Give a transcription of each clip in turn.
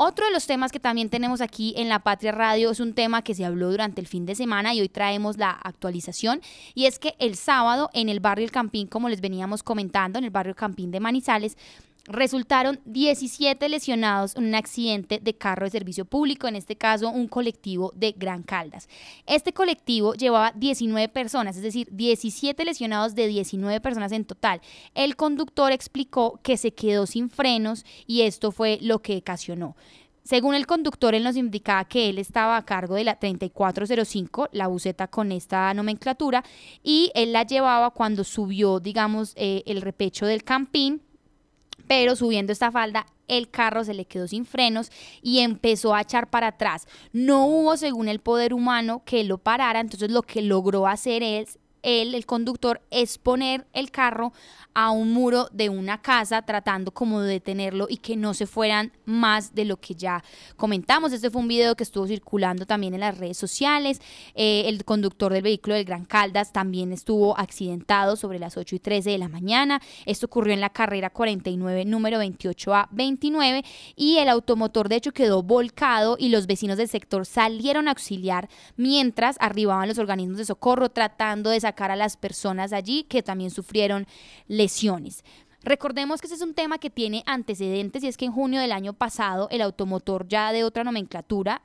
Otro de los temas que también tenemos aquí en La Patria Radio es un tema que se habló durante el fin de semana y hoy traemos la actualización, y es que el sábado en el barrio El Campín, como les veníamos comentando, en el barrio Campín de Manizales, resultaron 17 lesionados en un accidente de carro de servicio público, en este caso un colectivo de Gran Caldas. Este colectivo llevaba 19 personas, es decir, 17 lesionados de 19 personas en total. El conductor explicó que se quedó sin frenos y esto fue lo que ocasionó. Según el conductor, él nos indicaba que él estaba a cargo de la 3405, la buseta con esta nomenclatura, y él la llevaba cuando subió, digamos, el repecho del Campín, pero subiendo esta falda el carro se le quedó sin frenos y empezó a echar para atrás. No hubo, según el poder humano, que lo parara, entonces lo que logró hacer es el conductor, es poner el carro a un muro de una casa, tratando como de detenerlo y que no se fueran más de lo que ya comentamos. Este fue un video que estuvo circulando también en las redes sociales. El conductor del vehículo del Gran Caldas también estuvo accidentado sobre las 8:13 de la mañana. Esto ocurrió en la carrera 49, número 28A29, y el automotor de hecho quedó volcado y los vecinos del sector salieron a auxiliar mientras arribaban los organismos de socorro tratando de sacar a las personas allí que también sufrieron lesiones. Recordemos que ese es un tema que tiene antecedentes, y es que en junio del año pasado el automotor ya de otra nomenclatura,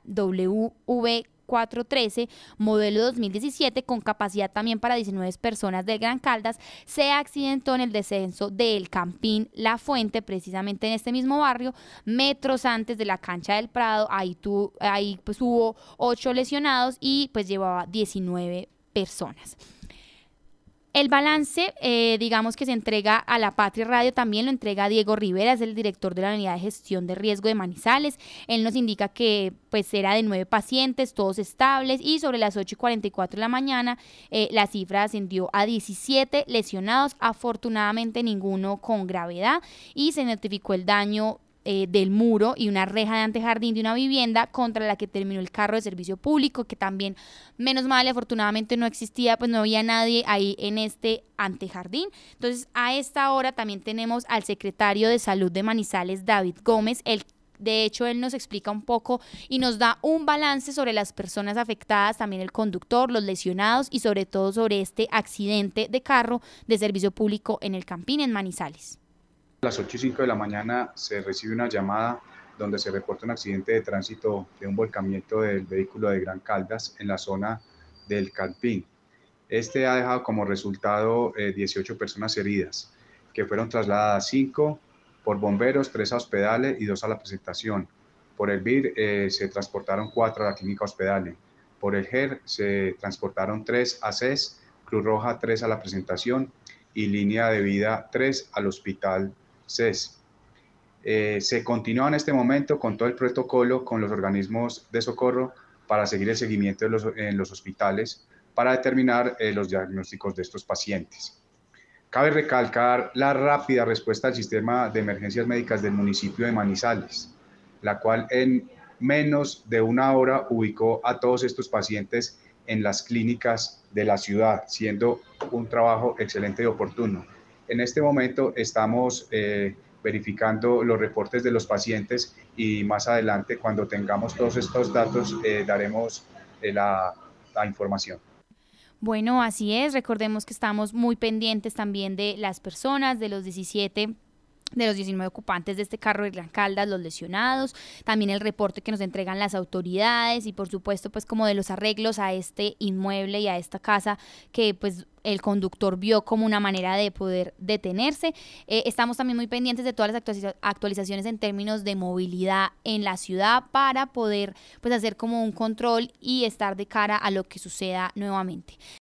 WV413, modelo 2017, con capacidad también para 19 personas del Gran Caldas, se accidentó en el descenso del Campín La Fuente, precisamente en este mismo barrio, metros antes de la cancha del Prado. Ahí pues hubo 8 lesionados y pues llevaba 19 personas. El balance, digamos, que se entrega a La Patria Radio, también lo entrega Diego Rivera, es el director de la Unidad de Gestión de Riesgo de Manizales. Él nos indica que pues era de 9 pacientes, todos estables, y sobre las 8:44 de la mañana la cifra ascendió a 17 lesionados, afortunadamente ninguno con gravedad, y se notificó el daño del muro y una reja de antejardín de una vivienda contra la que terminó el carro de servicio público, que también, menos mal y afortunadamente no existía, pues no había nadie ahí en este antejardín. Entonces, a esta hora también tenemos al secretario de Salud de Manizales, David Gómez. De hecho, él nos explica un poco y nos da un balance sobre las personas afectadas, también el conductor, los lesionados y sobre todo sobre este accidente de carro de servicio público en el Campín, en Manizales. A las 8:05 de la mañana se recibe una llamada donde se reporta un accidente de tránsito de un volcamiento del vehículo de Gran Caldas en la zona del Campín. Este ha dejado como resultado 18 personas heridas, que fueron trasladadas 5 por bomberos, 3 a Hospedales y 2 a la presentación. Por el BIR se transportaron 4 a la clínica Hospedales. Por el GER se transportaron 3 a CES, Cruz Roja 3 a la presentación y Línea de Vida 3 al Hospital CES. Se continúa en este momento con todo el protocolo con los organismos de socorro para seguir el seguimiento en los hospitales para determinar los diagnósticos de estos pacientes. Cabe recalcar la rápida respuesta del sistema de emergencias médicas del municipio de Manizales, la cual en menos de una hora ubicó a todos estos pacientes en las clínicas de la ciudad, siendo un trabajo excelente y oportuno. En este momento estamos verificando los reportes de los pacientes y más adelante, cuando tengamos todos estos datos, daremos la información. Bueno, así es. Recordemos que estamos muy pendientes también de las personas, de los 19 ocupantes de este carro de Gran Caldas, los lesionados, también el reporte que nos entregan las autoridades y por supuesto pues como de los arreglos a este inmueble y a esta casa que pues el conductor vio como una manera de poder detenerse. Estamos también muy pendientes de todas las actualizaciones en términos de movilidad en la ciudad para poder pues hacer como un control y estar de cara a lo que suceda nuevamente.